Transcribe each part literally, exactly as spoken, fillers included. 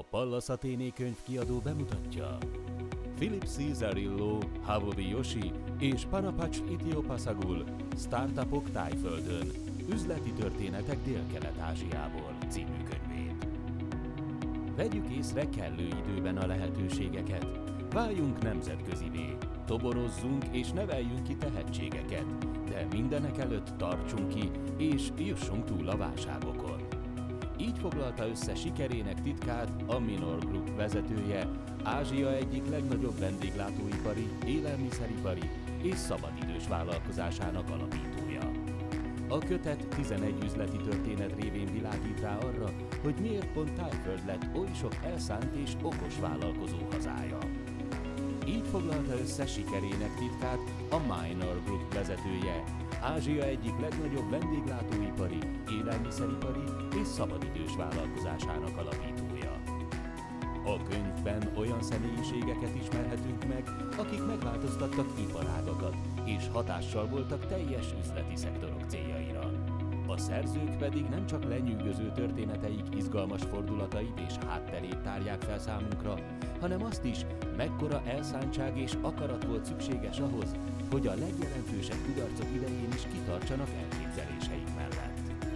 Pallas Athéné könyvkiadó bemutatja Philip C. Zerillo, Havovi Yoshi és Panapach Itiopasagul Startupok Tájföldön, üzleti történetek Dél-Kelet-Ázsiából című könyvét. Vegyük észre kellő időben a lehetőségeket, váljunk nemzetközivé, toborozzunk és neveljünk ki tehetségeket, de mindenek előtt tartsunk ki és jussunk túl a válságokon. Így foglalta össze sikerének titkát a Minor Group vezetője, Ázsia egyik legnagyobb vendéglátóipari, élelmiszeripari és szabadidős vállalkozásának alapítója. A kötet tizenegy üzleti történet révén világít rá arra, hogy miért pont Tájföld lett oly sok elszánt és okos vállalkozó hazája. Így foglalta össze sikerének titkát a Minor Group vezetője, Ázsia egyik legnagyobb vendéglátóipari, élelmiszeripari és szabadidős vállalkozásának alapítója. A könyvben olyan személyiségeket ismerhetünk meg, akik megváltoztattak iparágakat, és hatással voltak teljes üzleti szektorok céljaira. A szerzők pedig nem csak lenyűgöző történeteik izgalmas fordulatait és hátterét tárják fel számunkra, hanem azt is, mekkora elszántság és akarat volt szükséges ahhoz, hogy a legjelentősebb kudarcok idején is kitartsanak elképzeléseik mellett.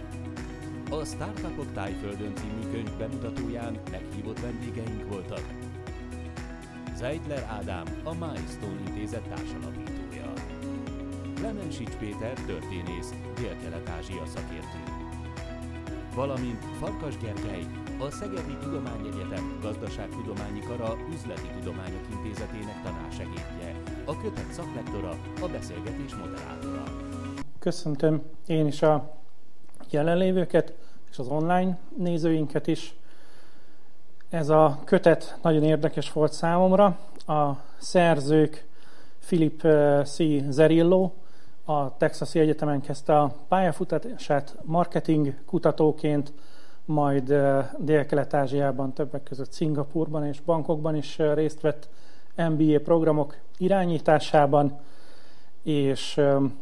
A Startupok Tájföldön című könyv bemutatóján meghívott vendégeink voltak. Zeidler Ádám, a Milestone Intézet társalapítója. Klemensics Péter, történész, Dél-Kelet-Ázsia szakértő. Valamint Farkas Gergely, a Szegedi Tudományegyetem Gazdaságtudományi Kara Üzleti Tudományok Intézetének tanársegédje, a kötet szaklektora, a beszélgetés moderátora. Köszöntöm én is a jelenlévőket, és az online nézőinket is. Ez a kötet nagyon érdekes volt számomra. A szerzők Philip C. Zerillo, a Texasi Egyetemen kezdte a pályafutását marketing kutatóként, majd Dél-Kelet-Ázsiában, többek között Szingapúrban és Bangkokban is részt vett em bé á programok irányításában, és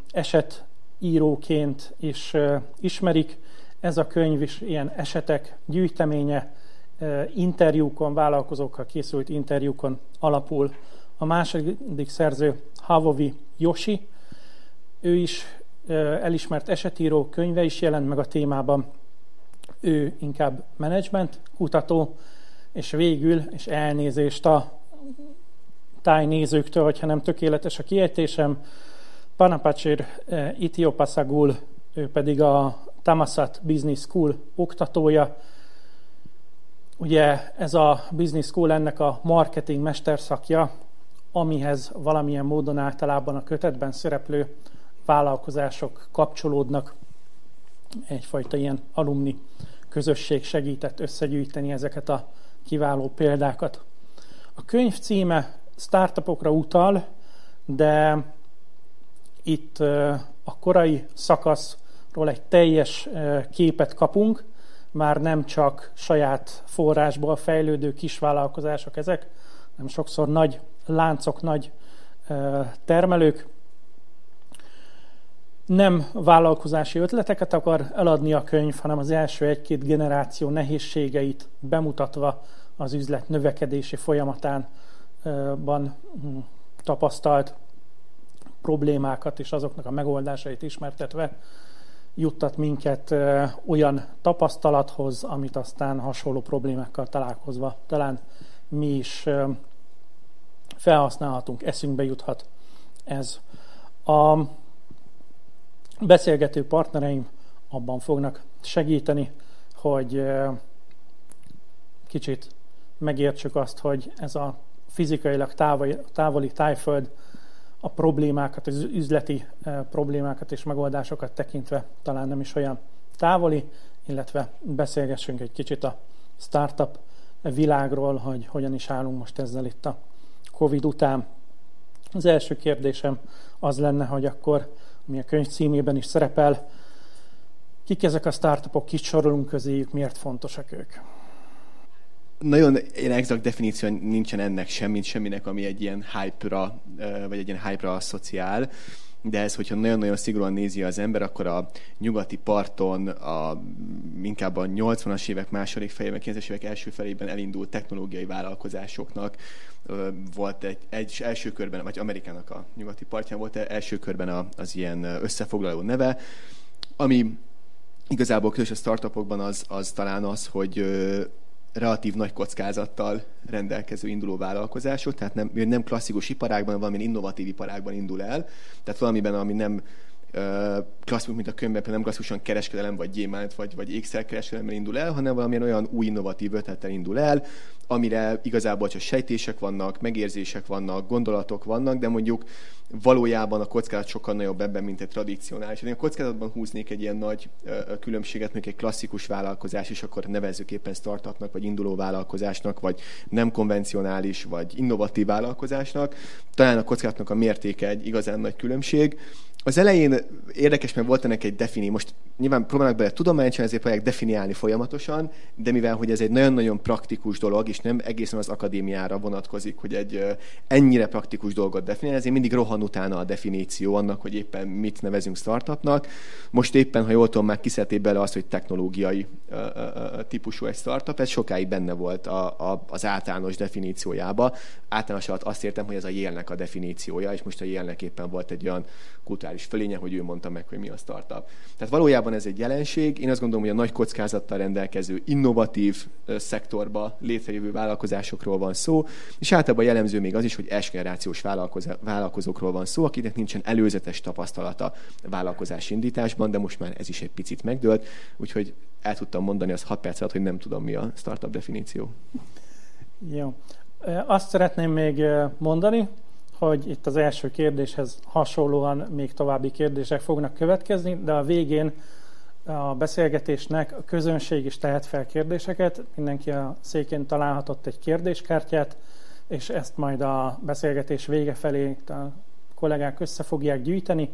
esetíróként is ismerik. Ez a könyv is ilyen esetek gyűjteménye, interjúkon, vállalkozókkal készült interjúkon alapul. A második szerző Havovi Yoshi, ő is elismert esetíró, könyve is jelent meg a témában. Ő inkább menedzsment kutató, és végül, és elnézést a tájnézőktől, hogyha nem tökéletes a kiejtésem, Panapach Itiopasagul, ő pedig a Thammasat Business School oktatója. Ugye ez a Business School ennek a marketing mesterszakja, amihez valamilyen módon általában a kötetben szereplő vállalkozások kapcsolódnak. Egyfajta ilyen alumni közösség segített összegyűjteni ezeket a kiváló példákat. A könyv címe startupokra utal, de itt a korai szakaszról egy teljes képet kapunk, már nem csak saját forrásból fejlődő kisvállalkozások ezek, hanem sokszor nagy láncok, nagy termelők. Nem vállalkozási ötleteket akar eladni a könyv, hanem az első egy-két generáció nehézségeit bemutatva az üzlet növekedési folyamatában tapasztalt problémákat és azoknak a megoldásait ismertetve juttat minket olyan tapasztalathoz, amit aztán hasonló problémákkal találkozva talán mi is felhasználhatunk, eszünkbe juthat ez. A beszélgető partnereim abban fognak segíteni, hogy kicsit megértsük azt, hogy ez a fizikailag távoli, távoli Tájföld a problémákat, az üzleti problémákat és megoldásokat tekintve talán nem is olyan távoli, illetve beszélgessünk egy kicsit a startup világról, hogy hogyan is állunk most ezzel itt a Covid után. Az első kérdésem az lenne, hogy akkor, ami a könyv címében is szerepel, kik ezek a startupok, kit sorolunk közéjük, miért fontosak ők? Nagyon ilyen exakt definíció nincsen ennek sem, mint semminek, ami egy ilyen hype-ra, vagy egy ilyen hype-ra asszociál. de ez, hogyha nagyon-nagyon szigorúan nézi az ember, akkor a nyugati parton a, inkább a nyolcvanas évek második felében, kilencvenes évek első felében elindult technológiai vállalkozásoknak volt egy, egy első körben, vagy Amerikának a nyugati partján volt első körben az ilyen összefoglaló neve, ami igazából különös a startupokban az, az talán az, hogy relatív nagy kockázattal rendelkező induló vállalkozások, tehát nem, nem klasszikus iparágban, valamilyen innovatív iparágban indul el, tehát valamiben, ami nem klasszikus, mint a könyvben, nem klasszikusan kereskedelem, vagy gyémánt, vagy, vagy ékszerkereskedelemben indul el, hanem valamilyen olyan új innovatív ötlettel indul el, amire igazából csak sejtések vannak, megérzések vannak, gondolatok vannak, de mondjuk valójában a kockázat sokkal nagyobb ebben, mint egy tradicionális. Én a kockázatban húznék egy ilyen nagy ö, különbséget, mondjuk egy klasszikus vállalkozás, és akkor nevezzük éppen startupnak, vagy induló vállalkozásnak, vagy nem konvencionális, vagy innovatív vállalkozásnak. Talán a kockázatnak a mértéke egy igazán nagy különbség. Az elején érdekes, mert volt ennek egy defini, most nyilván próbálnak bele tudományosan, ezért próbálják definiálni folyamatosan, de mivel, hogy ez egy nagyon-nagyon praktikus dolog, és nem egészen az akadémiára vonatkozik, hogy egy ennyire praktikus dolgot definiálni, ezért mindig rohan utána a definíció annak, hogy éppen mit nevezünk startupnak. Most éppen, ha jól tudom, már kiszedték bele azt, hogy technológiai uh, uh, típusú egy startup, ez sokáig benne volt a, a, az általános definíciójába. Általános alatt azt értem, hogy ez a Yale-nek a definíciója, és most a Yale-nek éppen volt egy olyan kulturális fölénye, hogy ő mondta meg, hogy mi a startup. Tehát valójában ez egy jelenség. Én azt gondolom, hogy a nagy kockázattal rendelkező, innovatív uh, szektorba létrejövő vállalkozásokról van szó, és általában jellemző még az is, hogy elsgenerációs vállalkozókról van szó, akiknek nincsen előzetes tapasztalata vállalkozás indításban, de most már ez is egy picit megdőlt, úgyhogy el tudtam mondani az hat perc alatt, hogy nem tudom, mi a startup definíció. Jó. Azt szeretném még mondani, hogy itt az első kérdéshez hasonlóan még további kérdések fognak következni, de a végén a beszélgetésnek a közönség is tehet fel kérdéseket. Mindenki a székén találhatott egy kérdéskártyát, és ezt majd a beszélgetés vége felé a kollégák össze fogják gyűjteni,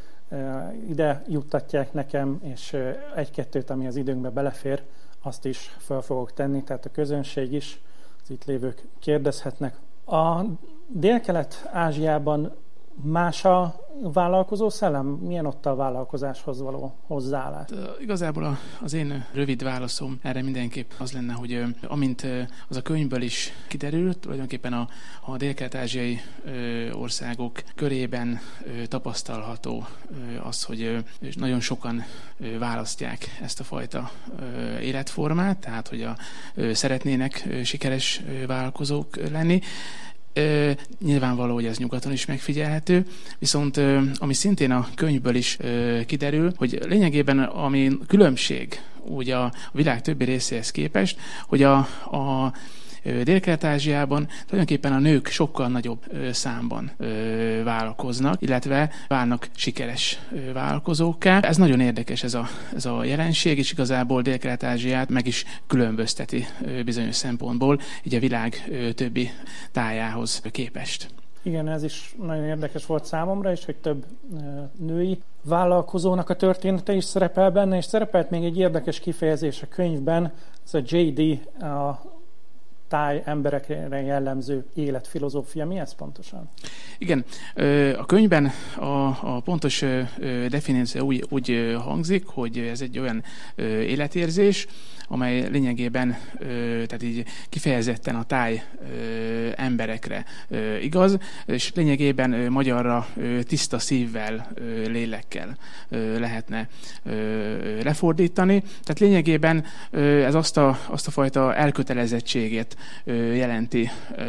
ide juttatják nekem, és egy-kettőt, ami az időnkbe belefér, azt is fel fogok tenni, tehát a közönség is, az itt lévők kérdezhetnek. A Dél-Kelet-Ázsiában más a vállalkozó szellem? Milyen ott a vállalkozáshoz való hozzáállás? Igazából az én rövid válaszom erre mindenképp az lenne, hogy amint az a könyvből is kiderült, tulajdonképpen a, a dél-kelet-ázsiai országok körében tapasztalható az, hogy nagyon sokan választják ezt a fajta életformát, tehát hogy a, szeretnének sikeres vállalkozók lenni. Ö, nyilvánvaló, hogy ez nyugaton is megfigyelhető, viszont ö, ami szintén a könyvből is ö, kiderül, hogy lényegében ami különbség úgy a, a világ többi részéhez képest, hogy a, a Dél-Kelet-Ázsiában tulajdonképpen a nők sokkal nagyobb számban vállalkoznak, illetve válnak sikeres vállalkozókká. Ez nagyon érdekes ez a, ez a jelenség, és igazából Dél-Kelet-Ázsiát meg is különbözteti bizonyos szempontból, így a világ többi tájához képest. Igen, ez is nagyon érdekes volt számomra, és hogy több női vállalkozónak a története is szerepel benne, és szerepelt még egy érdekes kifejezés a könyvben, ez a jé dé, a táj emberekre jellemző életfilozófia. Mi ez pontosan? Igen, a könyvben a, a pontos definíció úgy, úgy hangzik, hogy ez egy olyan életérzés, amely lényegében tehát így kifejezetten a táj emberekre igaz, és lényegében magyarra tiszta szívvel, lélekkel lehetne lefordítani. Tehát lényegében ez azt a, azt a fajta elkötelezettségét jelenti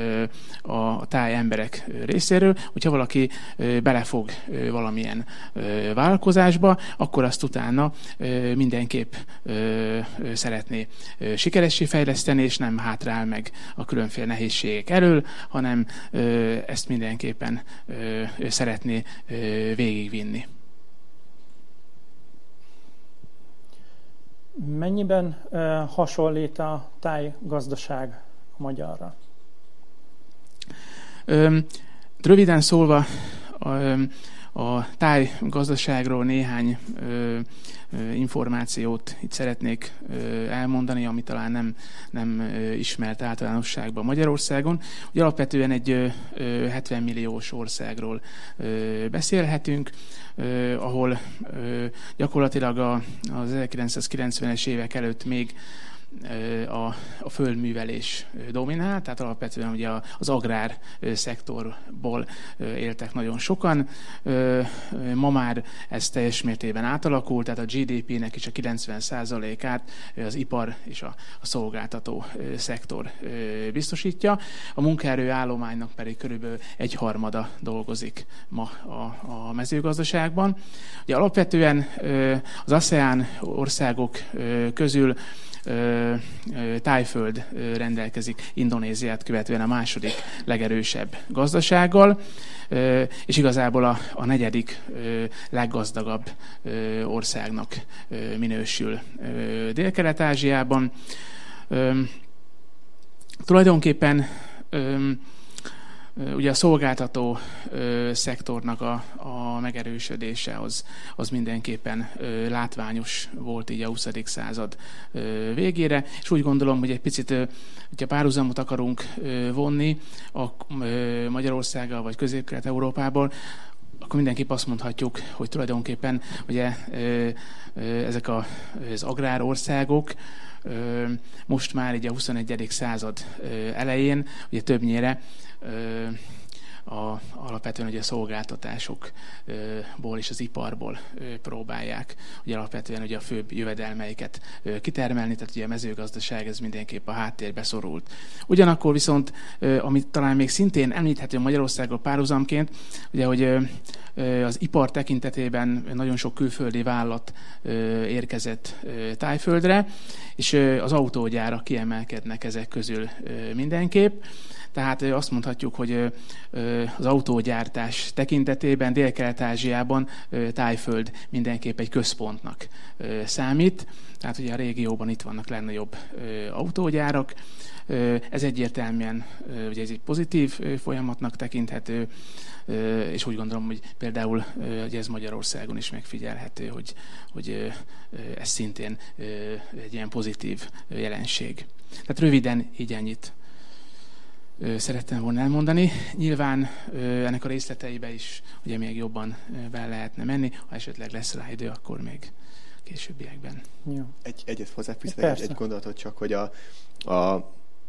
a táj emberek részéről, hogyha valaki belefog valamilyen vállalkozásba, akkor azt utána mindenképp szeretné sikeressé fejleszteni, és nem hátrál meg a különféle nehézségek elől, hanem ezt mindenképpen szeretné végigvinni. Mennyiben hasonlít a tájgazdaság a magyarra? Röviden szólva, A tájgazdaságról néhány ö, ö, információt itt szeretnék ö, elmondani, ami talán nem, nem ö, ismert általánosságban Magyarországon. Ugye alapvetően egy ö, ö, hetven milliós országról ö, beszélhetünk, ö, ahol ö, gyakorlatilag a, az ezerkilencszázkilencvenes évek előtt még A, a földművelés dominál, tehát alapvetően ugye az agrár szektorból éltek nagyon sokan. Ma már ez teljes mértékben átalakult, tehát a gé dé pének is a kilencven százalékát az ipar és a, a szolgáltató szektor biztosítja. A munkaerő állománynak pedig körülbelül egy harmada dolgozik ma a, a mezőgazdaságban. Ugye alapvetően az ASEAN országok közül Tájföld rendelkezik Indonéziát követően a második legerősebb gazdasággal, és igazából a, a negyedik leggazdagabb országnak minősül Dél-Kelet-Ázsiában. Tulajdonképpen ugye a szolgáltató ö, szektornak a, a megerősödése az, az mindenképpen ö, látványos volt így a huszadik század ö, végére, és úgy gondolom, hogy egy picit, ö, hogyha párhuzamot akarunk ö, vonni a ö, Magyarországgal vagy Közép-Kelet-Európából, akkor mindenképp azt mondhatjuk, hogy tulajdonképpen ugye ö, ö, ezek a, az agrárországok ö, most már így a huszonegyedik század ö, elején ugye többnyire A, alapvetően ugye a szolgáltatásokból és az iparból próbálják ugye alapvetően ugye a főbb jövedelmeiket kitermelni, tehát ugye a mezőgazdaság ez mindenképp a háttérbe szorult. Ugyanakkor viszont, amit talán még szintén említhető Magyarországról párhuzamként, ugye, hogy az ipar tekintetében nagyon sok külföldi vállalat érkezett Tájföldre, és az autógyárak kiemelkednek ezek közül mindenképp. Tehát azt mondhatjuk, hogy az autógyártás tekintetében Dél-Kelet-Ázsiában Tájföld mindenképp egy központnak számít. Tehát ugye a régióban itt vannak legnagyobb autógyárak. Ez egyértelműen ugye ez egy pozitív folyamatnak tekinthető, és úgy gondolom, hogy például hogy ez Magyarországon is megfigyelhető, hogy, hogy ez szintén egy ilyen pozitív jelenség. Tehát röviden így ennyit szerettem volna elmondani. Nyilván ennek a részleteibe is ugye még jobban be lehetne menni, ha esetleg lesz rá idő, akkor még későbbiekben. Jó. Egy, egyet hozzáfűzve, egy, egy gondolatot csak, hogy a, a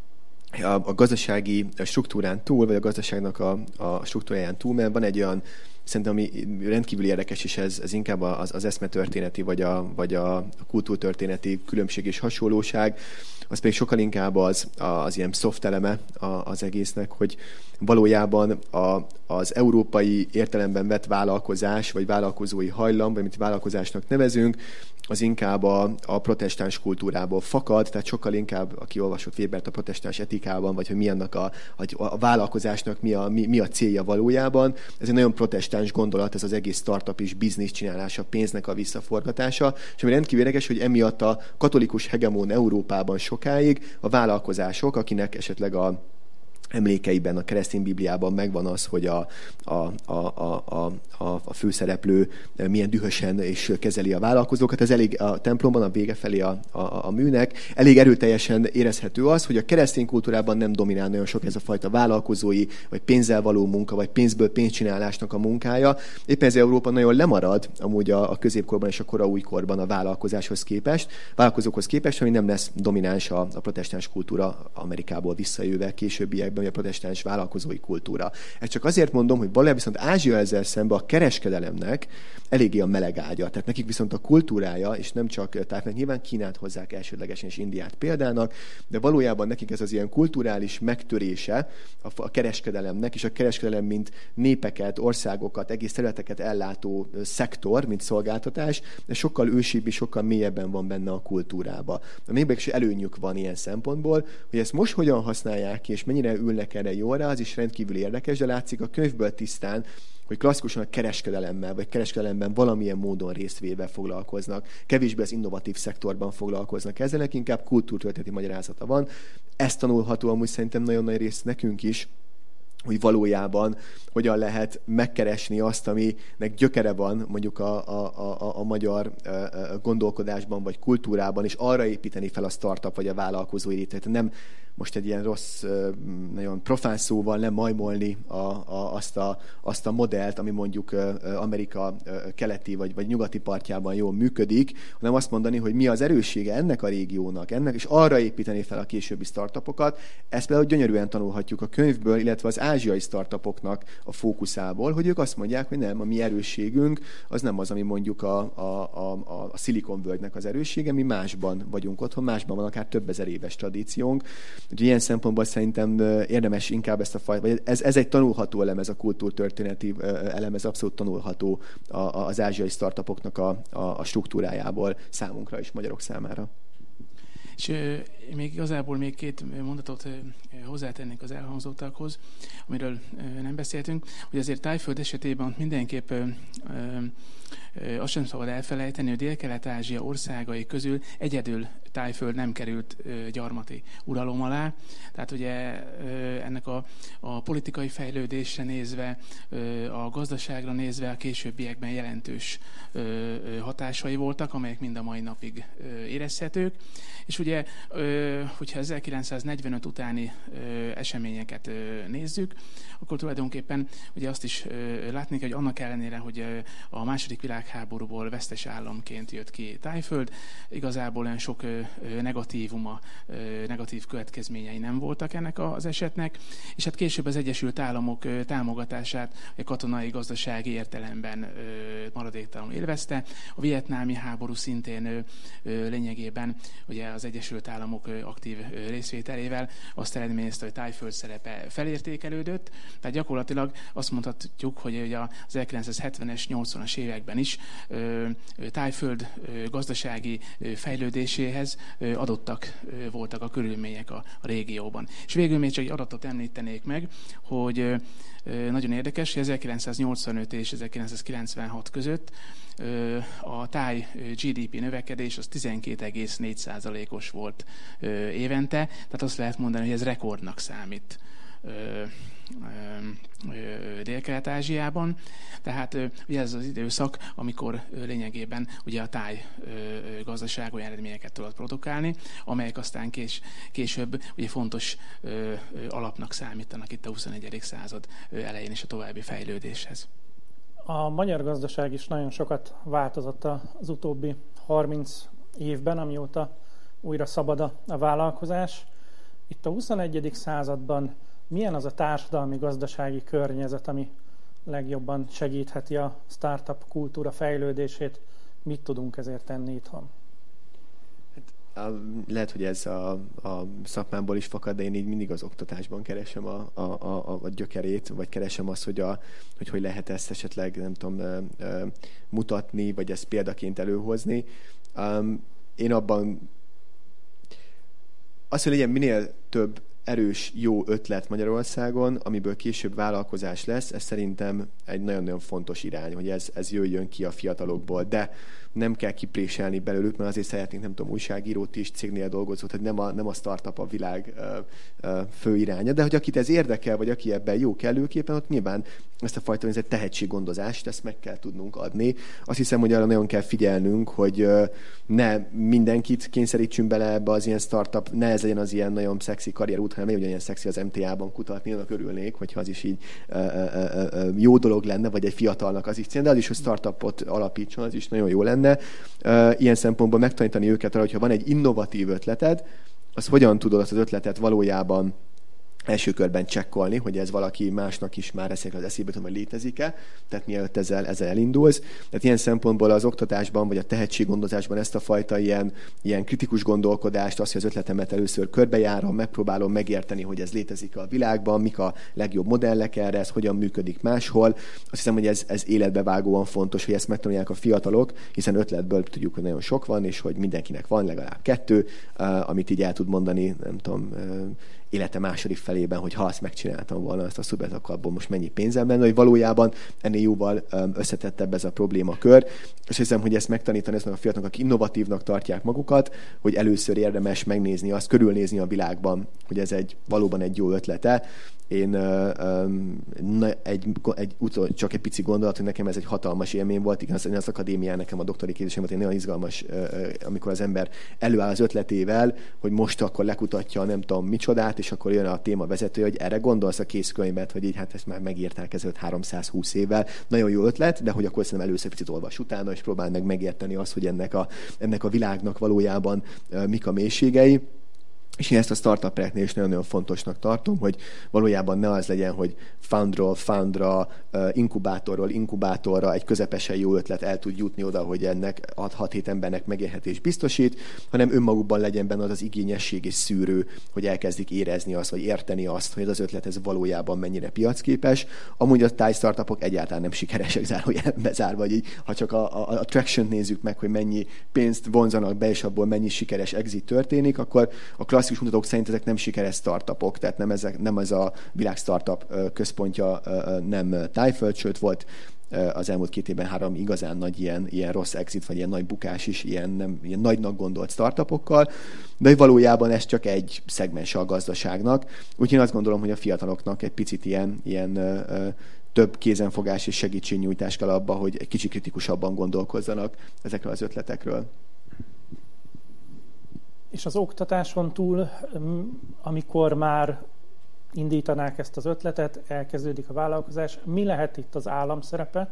a gazdasági struktúrán túl, vagy a gazdaságnak a, a struktúráján túl, mert van egy olyan, szerintem ami rendkívül érdekes, és ez, ez inkább az, az eszmetörténeti, vagy a, vagy a kultúrtörténeti különbség és hasonlóság, az pedig sokkal inkább az, az ilyen soft eleme az egésznek, hogy valójában a, az európai értelemben vett vállalkozás, vagy vállalkozói hajlam, vagy amit vállalkozásnak nevezünk, az inkább a, a protestáns kultúrából fakad, tehát sokkal inkább, aki olvasott Webert a protestáns etikában, vagy hogy mi annak a, a vállalkozásnak mi a, mi, mi a célja valójában. Ez egy nagyon protestáns gondolat, ez az egész startup és biznisz csinálása, pénznek a visszaforgatása, és ami rendkívül érdekes, hogy emiatt a katolikus hegemon Európában sokáig a vállalkozások, akinek esetleg a emlékeiben, a keresztény Bibliában megvan az, hogy a, a, a, a, a, a főszereplő milyen dühösen és kezeli a vállalkozókat. Ez elég a templomban, a vége felé a, a, a műnek. Elég erőteljesen érezhető az, hogy a keresztény kultúrában nem dominál nagyon sok ez a fajta vállalkozói, vagy pénzzel való munka, vagy pénzből pénzcsinálásnak a munkája. Éppen ez Európa nagyon lemarad amúgy a, a középkorban és a kora újkorban a vállalkozáshoz képest, vállalkozókhoz képest, ami nem lesz domináns a, a protestáns kultúra Amerikából visszajöve későbbiekben, vagy a protestáns vállalkozói kultúra. Ezt csak azért mondom, hogy valójában viszont Ázsia ezzel szemben a kereskedelemnek eléggé a meleg ágya. Tehát nekik viszont a kultúrája, és nem csak, tehát nyilván Kínát hozzák elsődlegesen és Indiát példának, de valójában nekik ez az ilyen kulturális megtörése a, a kereskedelemnek, és a kereskedelem mint népeket, országokat, egész területeket ellátó szektor, mint szolgáltatás, de sokkal ősibb és sokkal mélyebben van benne a kultúrába. A mégis is előnyük van ilyen szempontból, hogy ezt most hogyan használják ki, és mennyire ülnek erre jóra, az is rendkívül érdekes, de látszik a könyvből tisztán, hogy klasszikusan a kereskedelemmel, vagy kereskedelemben valamilyen módon részvéve foglalkoznak. Kevésbé az innovatív szektorban foglalkoznak ezzel, inkább kultúrtörténeti magyarázata van. Ezt tanulható amúgy szerintem nagyon nagy rész nekünk is, hogy valójában hogyan lehet megkeresni azt, aminek gyökere van mondjuk a, a, a, a magyar gondolkodásban vagy kultúrában, és arra építeni fel a startup vagy a vállalkozói létet. Nem most egy ilyen rossz, nagyon profán szóval nem majmolni a, a, azt, a, azt a modellt, ami mondjuk Amerika keleti vagy, vagy nyugati partjában jól működik, hanem azt mondani, hogy mi az erőssége ennek a régiónak, ennek, és arra építeni fel a későbbi startupokat. Ezt például gyönyörűen tanulhatjuk a könyvből, illetve az ázsiai startupoknak a fókuszából, hogy ők azt mondják, hogy nem, a mi erősségünk az nem az, ami mondjuk a, a, a, a Silicon Valley-nek az erőssége, mi másban vagyunk otthon, másban van akár több ezer éves tradíciónk. Úgyhogy ilyen szempontból szerintem érdemes inkább ezt a fajta, vagy ez, ez egy tanulható elem, ez a kultúrtörténeti elem, ez abszolút tanulható a, a, az ázsiai startupoknak a, a, a struktúrájából számunkra is, magyarok számára. És euh, még igazából még két mondatot euh, hozzátennék az elhangzottakhoz, amiről euh, nem beszéltünk, hogy azért Thaiföld esetében mindenképp euh, euh, azt sem szabad elfelejteni, hogy Dél-Kelet-Ázsia országai közül egyedül Thaiföld nem került ö, gyarmati uralom alá. Tehát ugye ö, ennek a, a politikai fejlődésre nézve, ö, a gazdaságra nézve a későbbiekben jelentős ö, ö, hatásai voltak, amelyek mind a mai napig ö, érezhetők. És ugye, ö, hogyha ezerkilencszáznegyvenöt utáni ö, eseményeket ö, nézzük, akkor tulajdonképpen ugye azt is ö, látni kell, hogy annak ellenére, hogy ö, a második világháborúból vesztes államként jött ki Thaiföld, igazából olyan sok ö, negatívuma, negatív következményei nem voltak ennek az esetnek, és hát később az Egyesült Államok támogatását a katonai gazdasági értelemben maradéktalanul élvezte. A vietnámi háború szintén lényegében ugye az Egyesült Államok aktív részvételével azt eredményezte, hogy Thaiföld szerepe felértékelődött, tehát gyakorlatilag azt mondhatjuk, hogy ugye az ezerkilencszázhetvenes, nyolcvanas években is Thaiföld gazdasági fejlődéséhez adottak voltak a körülmények a, a régióban. És végül még csak egy adatot említenék meg, hogy nagyon érdekes, hogy ezerkilencszáznyolcvanöt és ezerkilencszázkilencvenhat között a táj gé dé pé növekedés az tizenkét egész négy százalékos volt évente, tehát azt lehet mondani, hogy ez rekordnak számít Dél-Kelet-Ázsiában. Tehát ugye ez az időszak, amikor lényegében ugye a táj gazdaság olyan eredményeket tudott produkálni, amelyek aztán kés, később ugye fontos alapnak számítanak itt a huszonegyedik század elején és a további fejlődéshez. A magyar gazdaság is nagyon sokat változott az utóbbi harminc évben, amióta újra szabad a vállalkozás. Itt a huszonegyedik században milyen az a társadalmi gazdasági környezet, ami legjobban segítheti a startup kultúra fejlődését? Mit tudunk ezért tenni itthon? Lehet, hogy ez a, a szakmámból is fakad, de én így mindig az oktatásban keresem a, a, a, a gyökerét, vagy keresem azt, hogy, a, hogy hogy lehet ezt esetleg, nem tudom, mutatni, vagy ezt példaként előhozni. Én abban az, hogy legyen minél több erős, jó ötlet Magyarországon, amiből később vállalkozás lesz, ez szerintem egy nagyon-nagyon fontos irány, hogy ez, ez jöjjön ki a fiatalokból, de nem kell kipréselni belőlük, mert azért szeretnénk, nem tudom, újságírót is, cégnél dolgozót, hogy nem a, nem a startup a világ ö, ö, fő iránya, de hogy akit ez érdekel, vagy aki ebben jó kellőképpen, ott nyilván ezt a fajta ez egy tehetséggondozást, ezt meg kell tudnunk adni. Azt hiszem, hogy arra nagyon kell figyelnünk, hogy ö, ne mindenkit kényszerítsünk bele ebbe az ilyen startup, ne ez legyen az ilyen nagyon szexi karrierút, hanem ne ugyanilyen szexi az em té á-ban kutatni, annak örülnék, hogyha az is így ö, ö, ö, jó dolog lenne, vagy egy fiatalnak az is cél, de az is, hogy startupot alapítson, az is nagyon jó lenne. Ilyen szempontból megtanítani őket arra, hogyha van egy innovatív ötleted, az hogyan tudod azt az ötletet valójában első körben csekkolni, hogy ez valaki másnak is már eszik az eszébe, hogy létezik-e, tehát mielőtt ezzel, ezzel elindulsz. Tehát ilyen szempontból az oktatásban, vagy a tehetséggondozásban ezt a fajta ilyen, ilyen kritikus gondolkodást, azt, hogy az ötletemet először körbejárom, megpróbálom megérteni, hogy ez létezik a világban, mik a legjobb modellek erre, ez hogyan működik máshol. Azt hiszem, hogy ez, ez életbevágóan fontos, hogy ezt megtanulják a fiatalok, hiszen ötletből tudjuk, hogy nagyon sok van, és hogy mindenkinek van legalább kettő, amit így el tud mondani, nem tudom, élete második felében, hogy ha azt megcsináltam volna, azt a szubet, akkor abból most mennyi pénzem lenne, hogy valójában ennél jóval összetettebb ez a problémakör. És hiszem, hogy ezt megtanítani aznak a fiatalok, akik innovatívnak tartják magukat, hogy először érdemes megnézni azt, körülnézni a világban, hogy ez egy valóban egy jó ötlete, Én uh, egy, egy utol, csak egy pici gondolat, hogy nekem ez egy hatalmas élmény volt. Igen, az, az akadémián nekem a doktori képzésem volt egy nagyon izgalmas, uh, amikor az ember előáll az ötletével, hogy most akkor lekutatja nem tudom micsodát, és akkor jön a téma vezető, hogy erre gondolsz a készkönyvet, hogy így hát ezt már megírták ezelőtt háromszázhúsz évvel. Nagyon jó ötlet, de hogy akkor szerintem először picit olvas utána, és próbál meg megérteni azt, hogy ennek a, ennek a világnak valójában uh, mik a mélységei. És én ezt a startup projektnél is nagyon-nagyon fontosnak tartom, hogy valójában ne az legyen, hogy fundról fundra, inkubátorról inkubátorra egy közepesen jó ötlet el tud jutni oda, hogy ennek hat-hét embernek megélhetés biztosít, hanem önmagukban legyen benne az az igényesség és szűrő, hogy elkezdik érezni azt, vagy érteni azt, hogy ez az ötlet ez valójában mennyire piacképes. Amúgy a táj startupok egyáltalán nem sikeresek zárójelben bezárva, vagy így, ha csak a, a, a traction nézzük meg, hogy mennyi pénzt vonzanak be, és abból mennyi sikeres exit történik, akkor a klasszikus mutatók szerint ezek nem sikeres startupok, tehát nem, ezek, nem ez a világ startup központja nem Tájföld, sőt volt az elmúlt két évben három igazán nagy ilyen, ilyen rossz exit, vagy ilyen nagy bukás is, ilyen, nem, ilyen nagynak gondolt startupokkal, de valójában ez csak egy szegmense a gazdaságnak. Úgyhogy én azt gondolom, hogy a fiataloknak egy picit ilyen, ilyen ö, több kézenfogás és segítségnyújtás kell abba, hogy egy kicsit kritikusabban gondolkozzanak ezekről az ötletekről. És az oktatáson túl, amikor már indítanák ezt az ötletet, elkezdődik a vállalkozás, mi lehet itt az állam szerepe,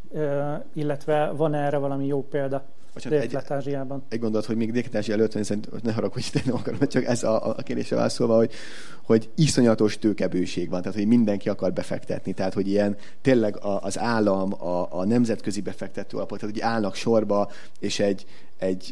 illetve van erre valami jó példa Dél-Kelet-Ázsiában? Egy, egy gondolat, hogy még Dél-Kelet-Ázsia előtt van, ne haragudj, hogy nem akarom, csak ez a, a kérdésre válaszolva, hogy, hogy iszonyatos tőkebőség van, tehát hogy mindenki akar befektetni, tehát hogy ilyen tényleg az állam, a, a nemzetközi befektető alapok, tehát hogy állnak sorba, és egy, egy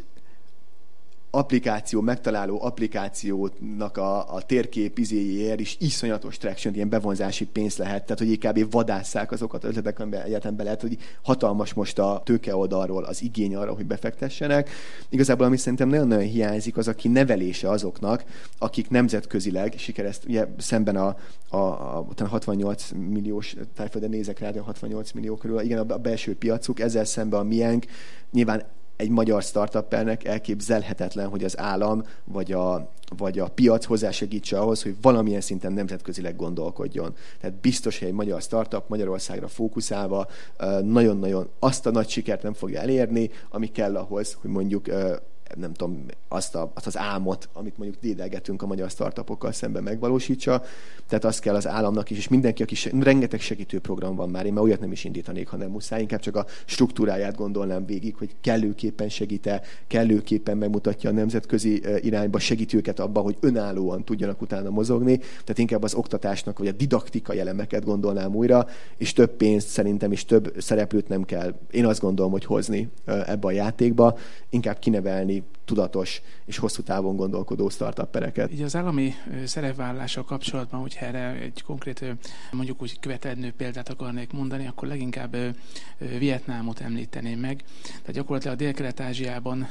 applikáció, megtaláló applikációnak a, a térkép izéjéért is iszonyatos traction, ilyen bevonzási pénz lehet, tehát hogy kb. Vadásszák azokat az ötletek, amiben egyáltalán be lehet, hogy hatalmas most a tőke oldalról az igény arra, hogy befektessenek. Igazából, ami szerintem nagyon-nagyon hiányzik, az a kinevelése azoknak, akik nemzetközileg sikerezt, ugye szemben a, a, a, a hatvannyolc milliós Tájföldön nézek rá, de hatvannyolc millió körül, igen, a belső piacuk, ezzel szemben a miénk, nyilván egy magyar startuppernek elképzelhetetlen, hogy az állam vagy a, vagy a piac hozzásegítse ahhoz, hogy valamilyen szinten nemzetközileg gondolkodjon. Tehát biztos, hogy egy magyar startup Magyarországra fókuszálva nagyon-nagyon azt a nagy sikert nem fogja elérni, ami kell ahhoz, hogy mondjuk nem tudom, azt, a, azt az álmot, amit mondjuk dédelgetünk a magyar startupokkal szemben megvalósítsa. Tehát azt kell az államnak is, és mindenki, aki se, rengeteg segítő program van már, én már olyat nem is indítanék, hanem muszáj, inkább csak a struktúráját gondolnám végig, hogy kellőképpen segít-e, kellőképpen megmutatja a nemzetközi irányba, segít őket abban, hogy önállóan tudjanak utána mozogni. Tehát inkább az oktatásnak, vagy a didaktikai elemeket gondolnám újra, és több pénzt szerintem, és több szereplőt nem kell, én azt gondolom, hogy hozni ebbe a játékba, inkább kinevelni tudatos és hosszú távon gondolkodó startuppereket. Így az állami szerepvállalással kapcsolatban, hogyha erre egy konkrét, mondjuk úgy követendő példát akarnék mondani, akkor leginkább Vietnámot említeném meg. Tehát gyakorlatilag Dél-Kelet-Ázsiában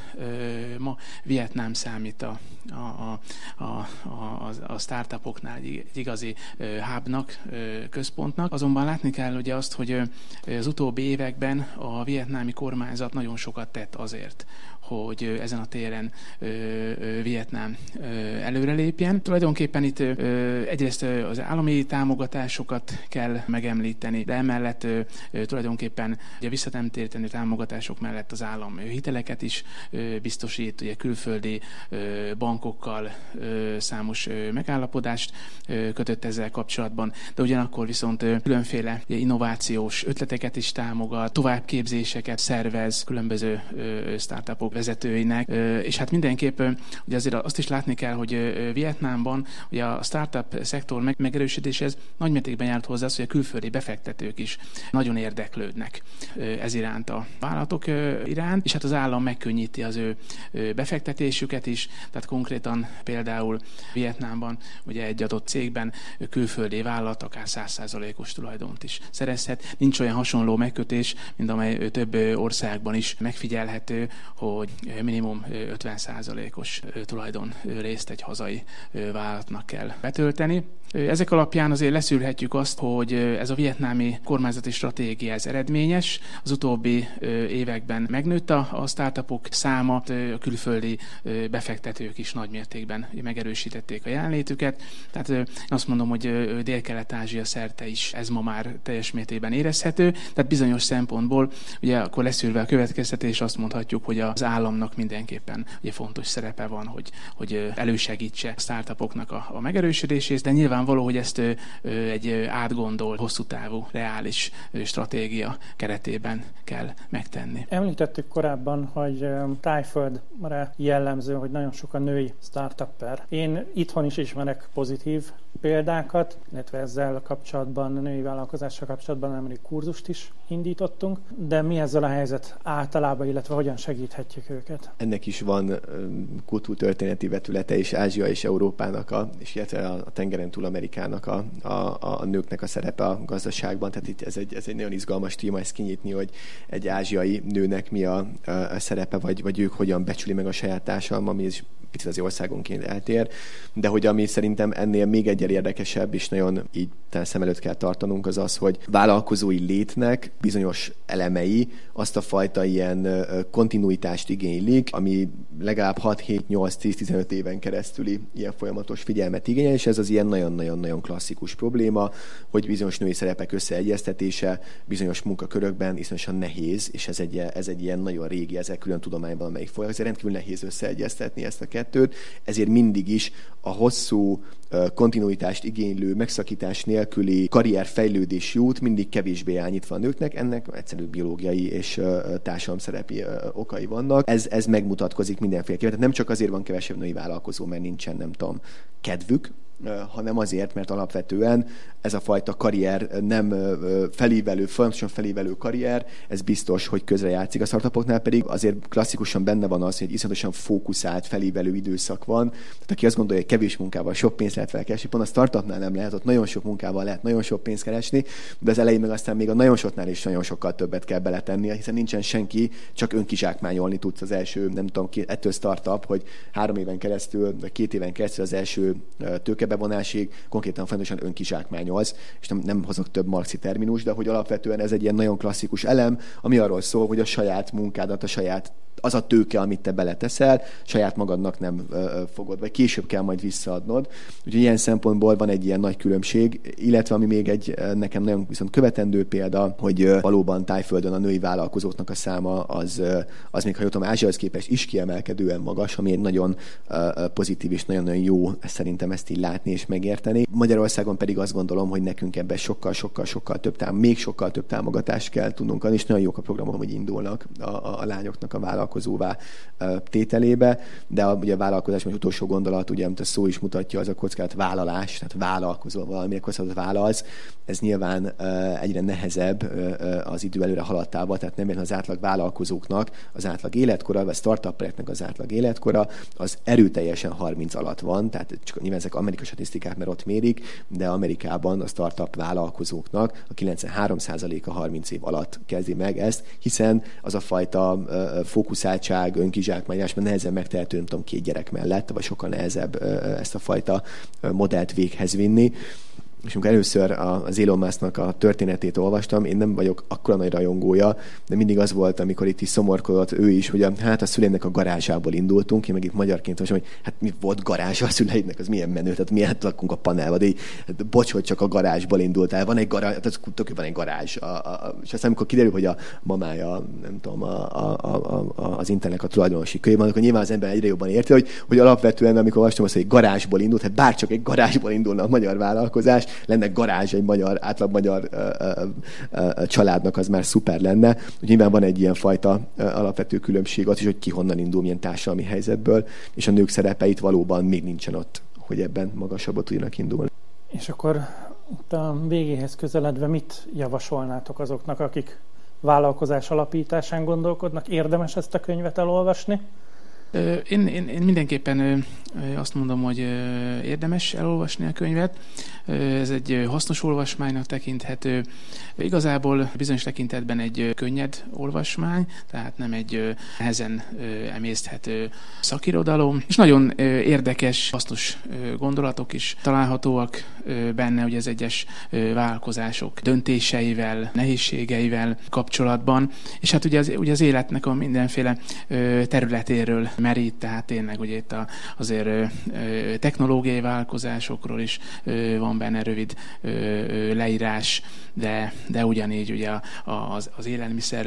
ma Vietnám számít a, a, a, a, a startupoknál egy igazi hubnak, központnak. Azonban látni kell ugye azt, hogy az utóbbi években a vietnámi kormányzat nagyon sokat tett azért, hogy ezen a téren ö, ö, Vietnám ö, előrelépjen. Tulajdonképpen itt ö, egyrészt az állami támogatásokat kell megemlíteni, de emellett ö, ö, tulajdonképpen ugye visszanemtérítendő támogatások mellett az állam hiteleket is ö, biztosít, ugye külföldi ö, bankokkal ö, számos ö, megállapodást ö, kötött ezzel kapcsolatban, de ugyanakkor viszont ö, különféle ugye, innovációs ötleteket is támogat, továbbképzéseket szervez különböző ö, startupok vezetőinek, és hát mindenképp ugye azért azt is látni kell, hogy Vietnámban ugye a startup szektor megerősítéséhez nagymértékben járt hozzá az, hogy a külföldi befektetők is nagyon érdeklődnek ez iránt a vállalatok iránt, és hát az állam megkönnyíti az ő befektetésüket is, tehát konkrétan például Vietnámban ugye egy adott cégben külföldi vállalat akár száz százalékos tulajdont is szerezhet. Nincs olyan hasonló megkötés, mint amely több országban is megfigyelhető, hogy minimum ötven százalékos tulajdon részt egy hazai vállalatnak kell betölteni. Ezek alapján azért leszűrhetjük azt, hogy ez a vietnámi kormányzati stratégia ez eredményes. Az utóbbi években megnőtt a startupok száma, a külföldi befektetők is nagymértékben megerősítették a jelenlétüket. Tehát azt mondom, hogy Dél-Kelet-Ázsia szerte is ez ma már teljes mértékben érezhető. Tehát bizonyos szempontból, ugye akkor leszűrve a következtetés, azt mondhatjuk, hogy az államnak mindenképpen ugye fontos szerepe van, hogy, hogy elősegítse a startupoknak a, a megerősödését, de nyilvánvaló, hogy ezt egy átgondolt, hosszú távú, reális stratégia keretében kell megtenni. Említettük korábban, hogy Tájföldre jellemző, hogy nagyon sok a női startupper. Én itthon is ismerek pozitív példákat, illetve ezzel kapcsolatban, a női vállalkozással kapcsolatban nemrég kurzust is indítottunk, de mi ezzel a helyzet általában, illetve hogyan segíthetjük őket? Ennek is van kultúrtörténeti vetülete, és Ázsia és Európának, a, és illetve a tengeren túl Amerikának a, a, a nőknek a szerepe a gazdaságban. Tehát itt ez egy, ez egy nagyon izgalmas téma ezt kinyitni, hogy egy ázsiai nőnek mi a, a, a szerepe, vagy, vagy ők hogyan becsüli meg a saját társadalma, ami is picit az országonként eltér, de hogy ami szerintem ennél még egyel érdekesebb, és nagyon így talán szem előtt kell tartanunk, az az, hogy vállalkozói létnek bizonyos elemei azt a fajta ilyen kontinuitást igénylik, ami legalább hat, hét, nyolc, tíz, tizenöt éven keresztüli ilyen folyamatos figyelmet igényel, és ez az ilyen nagyon-nagyon-nagyon klasszikus probléma, hogy bizonyos női szerepek összeegyeztetése bizonyos munkakörökben iszonyosan nehéz, és ez egy, ez egy ilyen nagyon régi, ezek külön tudományban, amelyik folyik, ezért rendkívül nehéz összeegyeztetni ezt a kettőt, ezért mindig is a hosszú kontinuitást igénylő, megszakítás nélküli karrierfejlődési út mindig kevésbé áll nyitva a nőknek, ennek egyszerű biológiai és társadalomszerepi okai vannak. Ez, ez megmutatkozik mindenféleképpen. Tehát nem csak azért van kevesebb női vállalkozó, mert nincsen, nem tudom, kedvük, hanem azért, mert alapvetően ez a fajta karrier nem felívelő, folyamatosan felívelő karrier, ez biztos, hogy közrejátszik. A startupoknál pedig azért klasszikusan benne van az, hogy iszonyatosan fókuszált, felívelő időszak van. Tehát aki azt gondolja, hogy kevés munkával sok pénzt lehet felkeresni, pont a startupnál nem lehet, ott nagyon sok munkával lehet nagyon sok pénzt keresni, de az elején meg aztán még a nagyon soknál is nagyon sokkal többet kell beletenni, hiszen nincsen senki, csak önkizsákmányolni tudsz az első, nem tudom, ettől startup, hogy három éven keresztül, vagy két éven keresztül az első tőkebevonásig konkrétan fontosan önkizsákmányolsz, és nem, nem hozok több marxi terminus, de hogy alapvetően ez egy ilyen nagyon klasszikus elem, ami arról szól, hogy a saját munkádat, a saját az a tőke, amit te beleteszel, saját magadnak nem ö, fogod, vagy később kell majd visszaadnod. Úgyhogy ilyen szempontból van egy ilyen nagy különbség, illetve ami még egy nekem nagyon viszont követendő példa, hogy ö, valóban Tájföldön a női vállalkozóknak a száma az, ö, az még ha jöttem Ázsiához képest is kiemelkedően magas, ami egy nagyon ö, pozitív és nagyon-nagyon jó szerintem ezt így látni és megérteni. Magyarországon pedig azt gondolom, hogy nekünk ebben sokkal-sokkal-sokkal több tám- még sokkal több támogatást kell tudnunk adni, és nagyon jók a programok, hogy indulnak a, a, a lányoknak a vállalkozóvá tételébe, de a, ugye a vállalkozás, most utolsó gondolat, ugye, amit a szó is mutatja, az a kockázat vállalás, tehát vállalkozol valamire, kockázatot vállalsz, ez nyilván egyre nehezebb az idő előre haladtával, tehát nem az átlag vállalkozóknak az átlag életkora, vagy startup projektnek az átlag életkora, az erőteljesen harminc alatt van, tehát csak nyilván ezek amerikai statisztikák, mert ott mérik, de Amerikában a startup vállalkozóknak a kilencvenhárom százaléka harminc év alatt kezdi meg ezt, hiszen az a fajta fókuszáltság, önkizsákmányás, mert nehezen megtehető, nem tudom, két gyerek mellett, vagy sokkal nehezebb ezt a fajta modellt véghez vinni. És amikor először az Elon Musknak a történetét olvastam, én nem vagyok akkora nagy rajongója, de mindig az volt, amikor itt is szomorkodott ő is, hogy a, hát a szüleimnek a garázsából indultunk, én meg itt magyarként mondom, hogy hát mi volt garázs a szüleidnek, az milyen menő, tehát miért lakunk a panelba, de így, hát, bocs, hogy csak a garázsból indultál, van egy garázs, tehát tök van egy garázs, a, a, és aztán amikor kiderül, hogy a mamája, nem tudom, a, a, a, a, az internetnek a tulajdonosi kölyében, akkor nyilván az ember egyre jobban érti, hogy, hogy alapvetően, amikor olvastam azt, hogy garázsból indult, hát bárcsak egy garázsból indulna a magyar vállalkozás, lenne garázs egy magyar, átlag magyar ö, ö, ö, családnak, az már szuper lenne. Úgyhogy nyilván van egy ilyen fajta ö, alapvető különbség ott is, hogy ki honnan indul, milyen társadalmi helyzetből, és a nők szerepe itt valóban még nincsen ott, hogy ebben magasabbot tudjanak indulni. És akkor itt a végéhez közeledve mit javasolnátok azoknak, akik vállalkozás alapításán gondolkodnak? Érdemes ezt a könyvet elolvasni? Én, én, én mindenképpen azt mondom, hogy érdemes elolvasni a könyvet. Ez egy hasznos olvasmánynak tekinthető. Igazából bizonyos tekintetben egy könnyed olvasmány, tehát nem egy nehezen emészthető szakirodalom. És nagyon érdekes, hasznos gondolatok is találhatóak benne, hogy az egyes vállalkozások döntéseivel, nehézségeivel kapcsolatban. És hát ugye az, ugye az életnek a mindenféle területéről merít, tehát tényleg ugye itt a, azért technológiai vállalkozásokról is van benne rövid leírás, de, de ugyanígy ugye az, az élelmiszer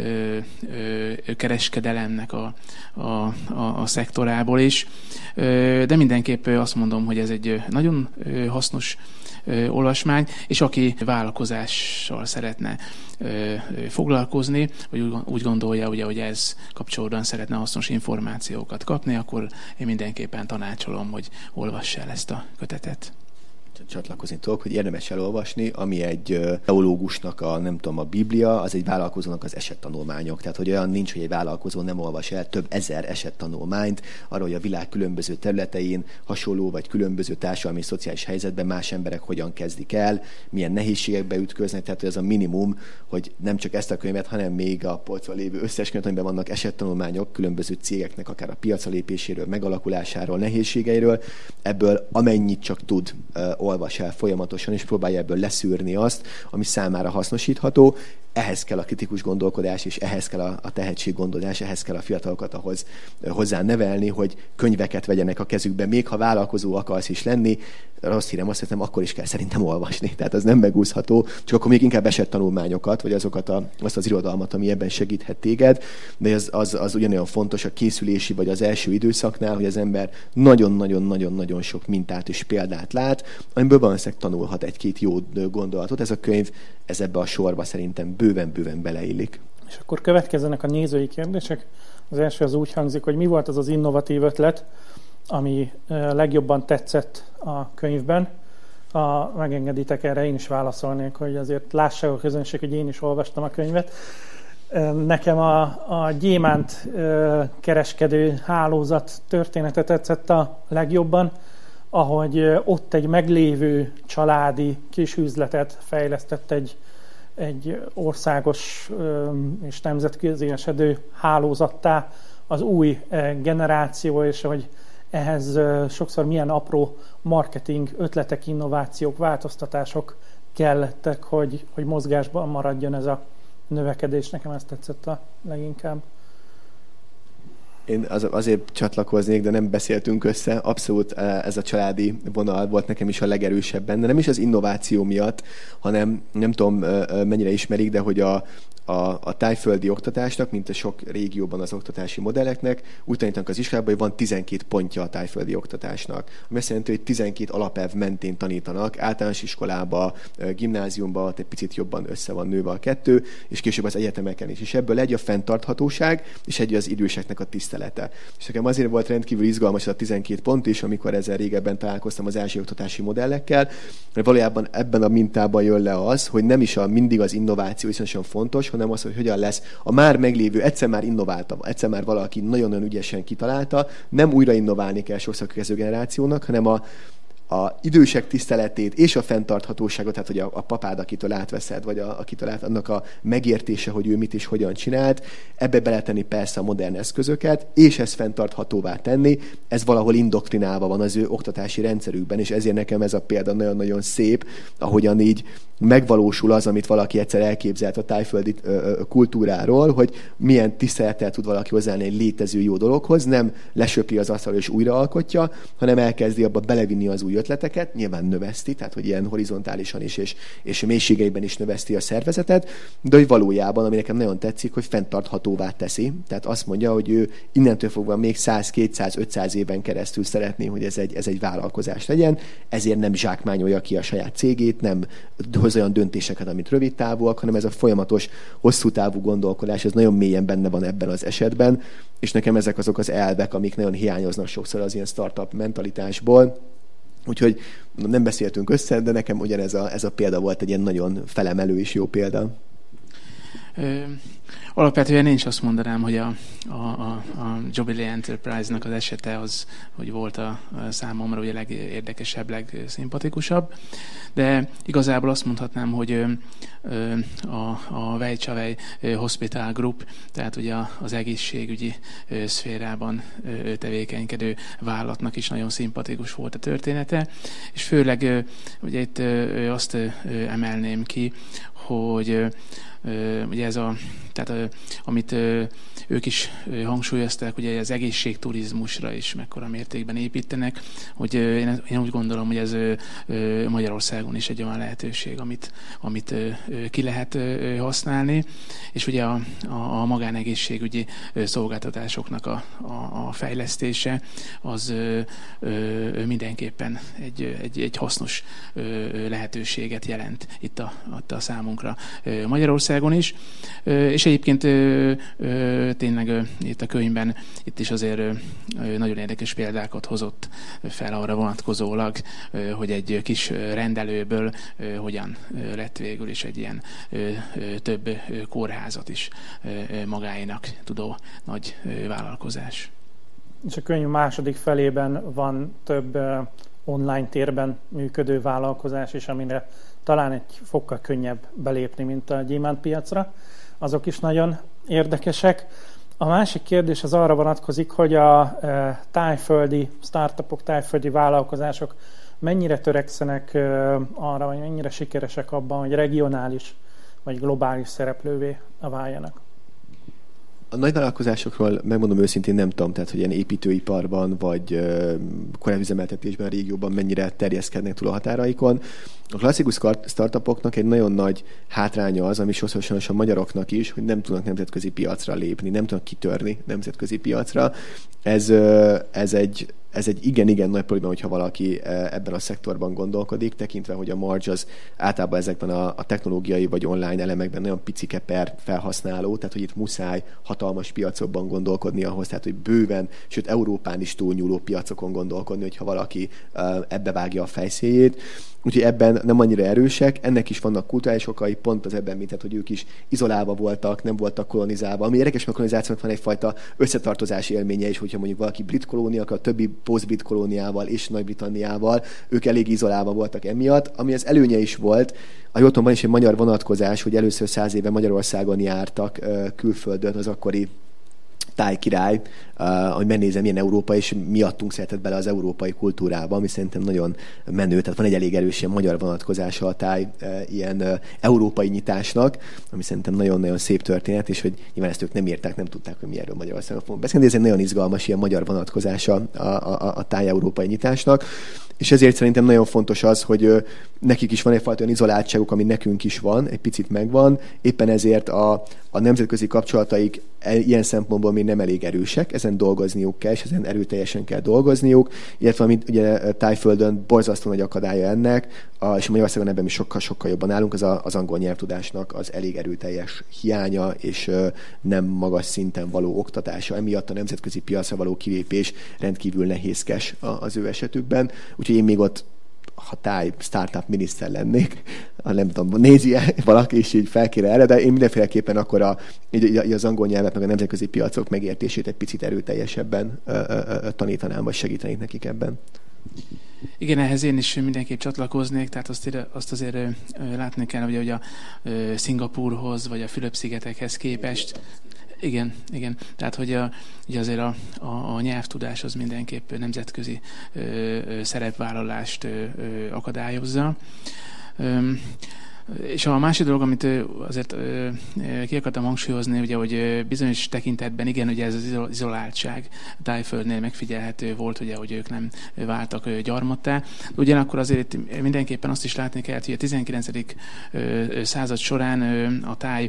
kereskedelemnek a, a, a, a szektorából is. De mindenképp azt mondom, hogy ez egy nagyon hasznos olvasmány, és aki vállalkozással szeretne foglalkozni, vagy úgy gondolja, ugye, hogy ez kapcsolódóan szeretne hasznos információkat kapni, akkor én mindenképpen tanácsolom, hogy olvass el ezt a kötetet. Csatlakozni tudok, hogy érdemes elolvasni, ami egy teológusnak a, nem tudom, a Biblia, az egy vállalkozónak az esettanulmányok. Tehát, hogy olyan nincs, hogy egy vállalkozó nem olvas el több ezer esettanulmányt arról, hogy a világ különböző területein hasonló vagy különböző társadalmi és szociális helyzetben más emberek hogyan kezdik el, milyen nehézségekbe ütköznek. Tehát, hogy ez a minimum, hogy nem csak ezt a könyvet, hanem még a polcon lévő összes könyvet, amiben vannak esettanulmányok különböző cégeknek, akár a piacra lépéséről, megalakulásáról, nehézségeiről. Ebből amennyit csak tud olvas el folyamatosan, és próbálja ebből leszűrni azt, ami számára hasznosítható. Ehhez kell a kritikus gondolkodás, és ehhez kell a, a tehetséggondolás, ehhez kell a fiatalokat ahhoz hozzá nevelni, hogy könyveket vegyenek a kezükbe. Még ha vállalkozó akarsz is lenni, rossz hírem azt hiszem, akkor is kell szerintem olvasni. Tehát az nem megúszható, csak akkor még inkább esettanulmányokat, vagy azokat a, azt az irodalmat, ami ebben segíthet téged. De az, az, az ugyanolyan fontos a készülési, vagy az első időszaknál, hogy az ember nagyon-nagyon-nagyon-nagyon sok mintát és példát lát, amiből valószínűleg tanulhat egy-két jó gondolatot. Ez a könyv, ez ebbe a sorba szerintem bőven-bőven beleillik. És akkor következzenek a nézői kérdések. Az első az úgy hangzik, hogy mi volt az az innovatív ötlet, ami legjobban tetszett a könyvben. Ha megengeditek, erre én is válaszolnék, hogy azért lássa a közönség, hogy én is olvastam a könyvet. Nekem a, a gyémánt kereskedő hálózat története tetszett a legjobban, ahogy ott egy meglévő családi kis üzletet fejlesztett egy, egy országos és nemzetközi esedő hálózattá az új generáció, és hogy ehhez sokszor milyen apró marketing ötletek, innovációk, változtatások kellettek, hogy, hogy mozgásban maradjon ez a növekedés. Nekem ezt tetszett a leginkább. Én az, azért csatlakoznék, de nem beszéltünk össze. Abszolút ez a családi vonal volt nekem is a legerősebb benne. Nem is az innováció miatt, hanem nem tudom mennyire ismerik, de hogy a, a, a tájföldi oktatásnak, mint a sok régióban az oktatási modelleknek, úgy tanítanak az iskolában, hogy van tizenkét pontja a tájföldi oktatásnak. Ami azt jelenti, hogy tizenkét alapelv mentén tanítanak, általános iskolába, gimnáziumba, egy picit jobban össze van nőve a kettő, és később az egyetemeken is. És ebből egy a fenntarthatóság, és egy az időseknek a tisztelete. És nekem azért volt rendkívül izgalmas a tizenkét pont is, amikor ezzel régebben találkoztam az első oktatási modellekkel, mert valójában ebben a mintában jön le az, hogy nem is a, mindig az innováció iszonyatosan fontos, hanem az, hogy hogyan lesz a már meglévő, egyszer már innoválta, egyszer már valaki nagyon-nagyon ügyesen kitalálta, nem újra innoválni kell sokszor a következő generációnak, hanem a a idősek tiszteletét és a fenntarthatóságot, tehát hogy a, a papád, akitől átveszed, vagy a, akitől át, annak a megértése, hogy ő mit és hogyan csinált, ebbe beletenni persze a modern eszközöket, és ezt fenntarthatóvá tenni, ez valahol indoktrinálva van az ő oktatási rendszerükben, és ezért nekem ez a példa nagyon-nagyon szép, ahogyan így megvalósul az, amit valaki egyszer elképzelt a tájföldi ö, ö, kultúráról, hogy milyen tisztelettel tud valaki hozzáállni egy létező jó dologhoz, nem lesöpri az asztalra és újraalkotja, hanem elkezdi abba belevinni az új ötleteket, nyilván növeszti, tehát hogy ilyen horizontálisan is és, és mélységeiben is növeszti a szervezetet, de hogy valójában, ami nekem nagyon tetszik, hogy fenntarthatóvá teszi. Tehát azt mondja, hogy ő innentől fogva még száz, kétszáz, ötszáz éven keresztül szeretné, hogy ez egy, ez egy vállalkozás legyen, ezért nem zsákmányolja ki a saját cégét, nem hoz olyan döntéseket, amit rövid távúak, hanem ez a folyamatos, hosszú távú gondolkodás, ez nagyon mélyen benne van ebben az esetben, és nekem ezek azok az elvek, amik nagyon hiányoznak sokszor az ilyen startup mentalitásból. Úgyhogy nem beszéltünk össze, de nekem ugyanez a, ez a példa volt egy ilyen nagyon felemelő és jó példa. Alapvetően én is azt mondanám, hogy a, a, a, a Jubilee Enterprise-nak az esete az, hogy volt a, a számomra ugye legérdekesebb, legszimpatikusabb, de igazából azt mondhatnám, hogy a, a Vej Csavej Hospital Group, tehát ugye az egészségügyi szférában tevékenykedő vállalatnak is nagyon szimpatikus volt a története, és főleg ugye itt azt emelném ki, hogy ugye ez a, tehát amit ők is hangsúlyozták, ugye az egészségturizmusra is mekkora mértékben építenek, hogy én úgy gondolom, hogy ez Magyarországon is egy olyan lehetőség, amit, amit ki lehet használni, és ugye a, a, a magánegészségügyi szolgáltatásoknak a, a, a fejlesztése az mindenképpen egy, egy, egy hasznos lehetőséget jelent itt a, a számunkra Magyarországon is, és egyébként tényleg itt a könyvben itt is azért nagyon érdekes példákat hozott fel arra vonatkozólag, hogy egy kis rendelőből hogyan lett végül is egy ilyen több kórházat is magáénak tudó nagy vállalkozás. És a könyv második felében van több online térben működő vállalkozás is, amire talán egy fokkal könnyebb belépni, mint a gyémántpiacra. Azok is nagyon érdekesek. A másik kérdés az arra vonatkozik, hogy a e, tájföldi startupok, tájföldi vállalkozások mennyire törekszenek e, arra, vagy mennyire sikeresek abban, hogy regionális vagy globális szereplővé váljanak. A nagy vállalkozásokról megmondom őszintén nem tudom, tehát hogy ilyen építőiparban vagy uh, korányüzemeltetésben a régióban mennyire terjeszkednek túl a határaikon. A klasszikus startupoknak egy nagyon nagy hátránya az, ami sokszor a magyaroknak is, hogy nem tudnak nemzetközi piacra lépni, nem tudnak kitörni nemzetközi piacra. Ez, uh, ez egy Ez egy igen-igen nagy probléma, hogyha valaki ebben a szektorban gondolkodik, tekintve, hogy a marge az általában ezekben a, a technológiai vagy online elemekben nagyon picike per felhasználó, tehát hogy itt muszáj hatalmas piacokban gondolkodni ahhoz, tehát hogy bőven, sőt Európán is túlnyúló piacokon gondolkodni, hogyha valaki ebbe vágja a fejszéjét. Úgyhogy ebben nem annyira erősek, ennek is vannak kulturális okai, pont az ebben, mint hogy ők is izolálva voltak, nem voltak kolonizálva. Ami érdekes, mert a kolonizációnak van egyfajta összetartozás élménye is, hogyha mondjuk valaki brit kolónia, akkor a többi post-brit kolóniával és Nagy-Britanniával ők elég izolálva voltak emiatt, ami az előnye is volt. A Jóton van is egy magyar vonatkozás, hogy először száz éve Magyarországon jártak külföldön az akkori táj király, uh, hogy megnézem, milyen Európa, és miattunk szeretett bele az európai kultúrába, ami szerintem nagyon menő, tehát van egy elég erős ilyen magyar vonatkozása a táj uh, ilyen uh, európai nyitásnak, ami szerintem nagyon-nagyon szép történet, és hogy nyilván ezt ők nem írták, nem tudták, hogy mi erről Magyarországon fogunk beszélni, de ez egy nagyon izgalmas ilyen magyar vonatkozása a, a, a táj európai nyitásnak. És ezért szerintem nagyon fontos az, hogy ö, nekik is van egyfajta olyan izoláltságuk, ami nekünk is van, egy picit megvan, éppen ezért a, a nemzetközi kapcsolataik ilyen szempontból még nem elég erősek, ezen dolgozniuk kell, és ezen erőteljesen kell dolgozniuk, illetve amit ugye Tájföldön borzasztó nagy akadálya ennek, a, és Magyarországon ebben mi sokkal-sokkal jobban állunk, az a, az angol nyelvtudásnak az elég erőteljes hiánya, és ö, nem magas szinten való oktatása. Emiatt a nemzetközi piacra való kilépés rendkívül nehézkes a, az ő esetükben. Úgyhogy én még ott, ha táj startup miniszter lennék, nem tudom, nézi valaki is így felkére erre, de én mindenféleképpen akkor a, így, az angol nyelvet, meg a nemzetközi piacok megértését egy picit erőteljesebben ö, ö, ö, tanítanám, vagy segítenék nekik ebben. Igen, ehhez én is mindenképp csatlakoznék, tehát azt, azt azért ö, látni kell, hogy a ö, Szingapúrhoz, vagy a Fülöp-szigetekhez képest. Igen, igen. Tehát, hogy a, ugye azért a, a, a nyelvtudás az mindenképp nemzetközi ö, ö, szerepvállalást ö, ö, akadályozza. Ö, És a másik dolog, amit azért ki akartam hangsúlyozni, ugye, hogy bizonyos tekintetben igen, ugye ez az izoláltság Tájföldnél megfigyelhető volt, ugye, hogy ők nem váltak gyarmattá. Ugyanakkor azért itt mindenképpen azt is látni kell, hogy a tizenkilencedik század során a táj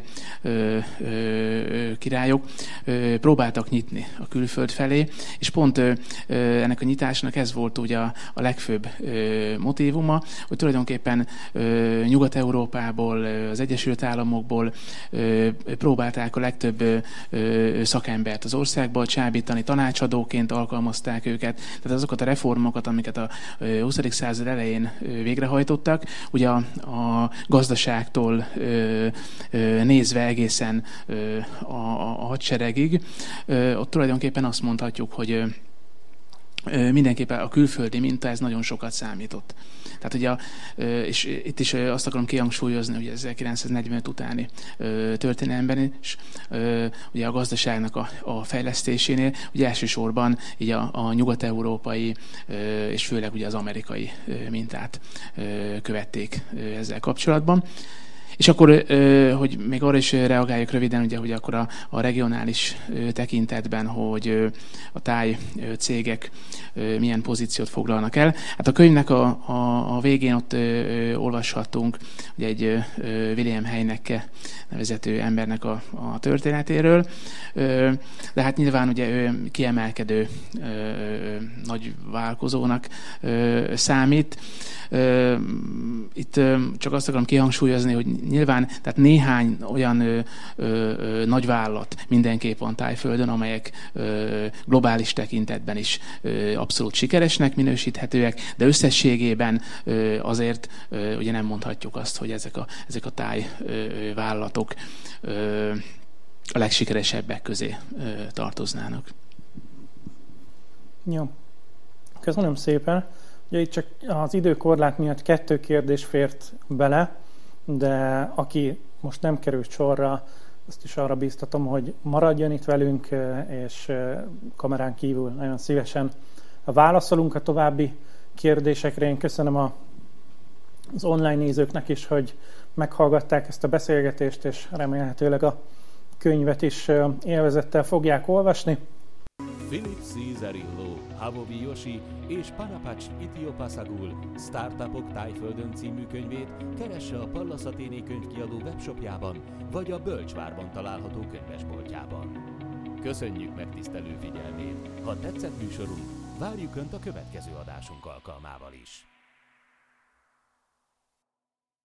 királyok próbáltak nyitni a külföld felé, és pont ennek a nyitásnak ez volt ugye a legfőbb motívuma, hogy tulajdonképpen Nyugat-Európa Nyugat-Európából, az Egyesült Államokból próbálták a legtöbb szakembert az országba csábítani, tanácsadóként alkalmazták őket. Tehát azokat a reformokat, amiket a huszadik század elején végrehajtottak, ugye a, a gazdaságtól nézve egészen a, a hadseregig, ott tulajdonképpen azt mondhatjuk, hogy mindenképpen a külföldi minta, ez nagyon sokat számított. Tehát ugye, a, és itt is azt akarom kihangsúlyozni, hogy ezerkilencszáznegyvenöt utáni történelemben is, ugye a gazdaságnak a, a fejlesztésénél, ugye elsősorban így a, a nyugat-európai és főleg ugye az amerikai mintát követték ezzel kapcsolatban. És akkor, hogy még arra is reagáljuk röviden, ugye, hogy akkor a, a regionális tekintetben, hogy a táj cégek milyen pozíciót foglalnak el. Hát a könyvnek a, a, a végén ott olvashattunk ugye egy William Heinecke nevezető embernek a, a történetéről, de hát nyilván ugye ő kiemelkedő nagy vállalkozónak számít. Itt csak azt akarom kihangsúlyozni, hogy nyilván tehát néhány olyan ö, ö, nagyvállalat mindenképp van Tájföldön, amelyek ö, globális tekintetben is ö, abszolút sikeresnek minősíthetőek, de összességében ö, azért ö, ugye nem mondhatjuk azt, hogy ezek a, ezek a táj ö, vállalatok ö, a legsikeresebbek közé ö, tartoznának. Jó. Köszönöm szépen. Ugye itt csak az időkorlát miatt kettő kérdés fért bele, de aki most nem került sorra, azt is arra bíztatom, hogy maradjon itt velünk, és kamerán kívül nagyon szívesen válaszolunk a további kérdésekre. Én köszönöm a, az online nézőknek is, hogy meghallgatták ezt a beszélgetést, és remélhetőleg a könyvet is élvezettel fogják olvasni. Philip C. Zerillo, Havovi Yoshi és Panapach Itiopasagul Startupok Tájföldön című könyvét keresse a Pallas Athéné könyvkiadó webshopjában, vagy a Bölcsvárban található könyvesboltjában. Köszönjük megtisztelő figyelmét! Ha tetszett műsorunk, várjuk Önt a következő adásunk alkalmával is!